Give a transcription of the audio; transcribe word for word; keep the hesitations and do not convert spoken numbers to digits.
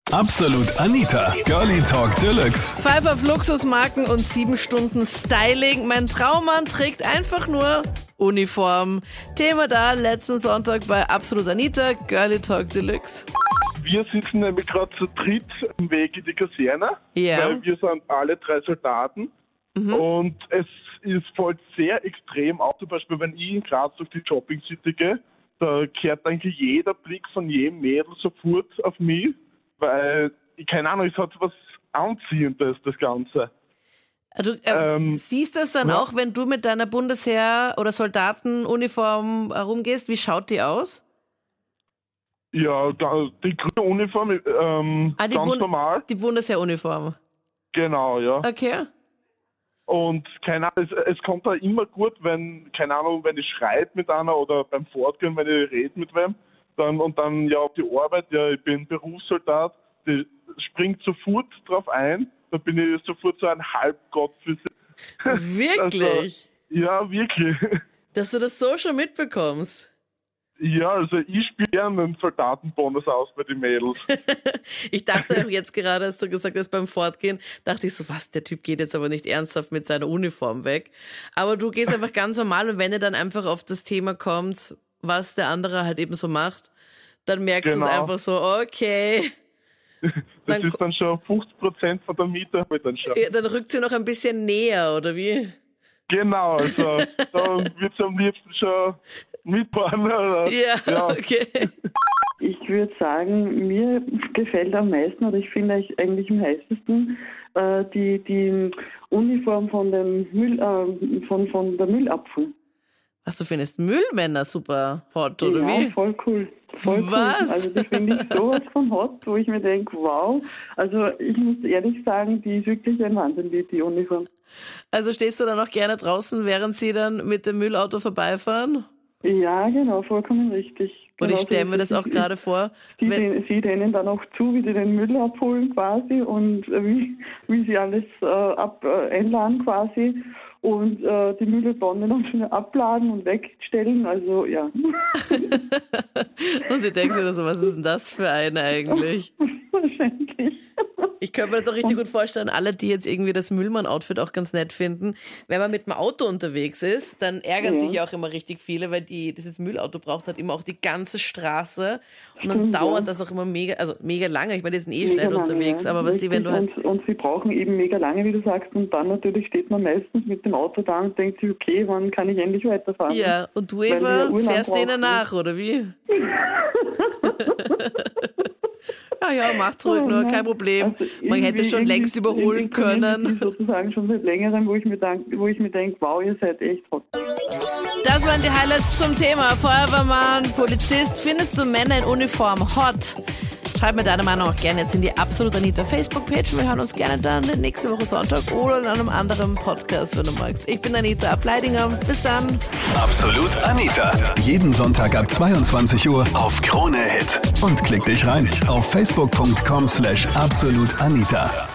Absolut Anita, Girlie Talk Deluxe. Five auf Luxusmarken und sieben Stunden Styling. Mein Traummann trägt einfach nur Uniform. Thema da letzten Sonntag bei Absolut Anita, Girlie Talk Deluxe. Wir sitzen nämlich gerade zu dritt im Weg in die Kaserne, Ja. weil wir sind alle drei Soldaten. Mhm. Und es ist voll sehr extrem, auch zum Beispiel, wenn ich in Graz durch die Shopping City gehe, da kehrt eigentlich jeder Blick von jedem Mädel sofort auf mich, weil, ich keine Ahnung, es hat was Anziehendes, das Ganze. Du äh, Ähm, siehst das dann ja. auch, wenn du mit deiner Bundesheer- oder Soldatenuniform herumgehst? Wie schaut die aus? Ja, da, die grüne Uniform, ähm, Ah, die ganz Bund- normal. Die Bundesheeruniform. Genau, ja. Okay. Und keine Ahnung, es, es kommt da immer gut, wenn, keine Ahnung, wenn ich schreibe mit einer oder beim Fortgehen, wenn ich rede mit wem, dann und dann ja auf die Arbeit, ja, ich bin Berufssoldat, die springt sofort drauf ein, da bin ich sofort so ein Halbgott für sie. Wirklich? Also, ja, wirklich. Dass du das so schon mitbekommst. Ja, also ich spiele gerne einen Soldatenbonus aus bei den Mädels. Ich dachte auch jetzt gerade, als du gesagt hast, beim Fortgehen, dachte ich so, was, der Typ geht jetzt aber nicht ernsthaft mit seiner Uniform weg. Aber du gehst einfach ganz normal und wenn er dann einfach auf das Thema kommt, was der andere halt eben so macht, dann merkst Genau. du es einfach so, okay. Das Dann- ist dann schon fünfzig Prozent von der Miete, habe ich dann schon. Dann rückt sie noch ein bisschen näher, oder wie? Genau, also da wird sie am liebsten schon mitfahren. Oder? Ja, Ja. okay. Ich würde sagen, mir gefällt am meisten oder ich finde eigentlich am heißesten äh, die, die Uniform von, dem Müll, äh, von, von der Müllabfuhr. Was, du findest Müllmänner super hot, oder ja, wie? voll cool. Voll Was? Cool. Also die finde ich sowas von hot, wo ich mir denke, wow. Also ich muss ehrlich sagen, die ist wirklich ein Wahnsinn, die, die Uniform. Also stehst du dann auch gerne draußen, während sie dann mit dem Müllauto vorbeifahren? Ja, genau, vollkommen richtig. Und Genau ich so stelle ist mir es. das auch Ich- gerade vor, Die wenn, den, sie denen dann auch zu, wie die den Müll abholen quasi und äh, wie, wie sie alles äh, ab, äh, einladen quasi und äh, die Mülltonnen dann schon abladen und wegstellen. Also ja. und sie denkt sich so, was ist denn das für eine eigentlich? Wahrscheinlich. Ich könnte mir das auch richtig gut vorstellen, alle, die jetzt irgendwie das Müllmann-Outfit auch ganz nett finden. Wenn man mit dem Auto unterwegs ist, dann ärgern Ja. sich ja auch immer richtig viele, weil die, dieses Müllauto braucht halt immer auch die ganze Straße. Und dann Stimmt, dauert ja. das auch immer mega, also mega lange. Ich meine, die sind eh Mega schnell lange, unterwegs, ja. aber was die, wenn du halt... und, und sie brauchen eben mega lange, wie du sagst, und dann natürlich steht man meistens mit dem Auto da und denkt sich, okay, wann kann ich endlich weiterfahren? Ja, und du, Weil die Eva, ja Urlaub fährst denen brauchen. nach, oder wie? Ja, ja, macht's ruhig Oh nur, nein. kein Problem. Also Man hätte irgendwie- schon längst irgendwie- überholen irgendwie Community können. Sozusagen schon seit längerem, wo ich mir denk- wo ich mir denke, wow, ihr seid echt hot. Das waren die Highlights zum Thema. Feuerwehrmann, Polizist, findest du Männer in Uniform hot? Schreib mir deine Meinung auch gerne jetzt in die Absolut Anita Facebook-Page. Wir hören uns gerne dann nächste Woche Sonntag oder in einem anderen Podcast, wenn du magst. Ich bin Anita Ableidinger. Bis dann. Absolut Anita. Jeden Sonntag ab zweiundzwanzig Uhr auf Krone Hit. Und klick dich rein auf facebook punkt com slash absolutanita.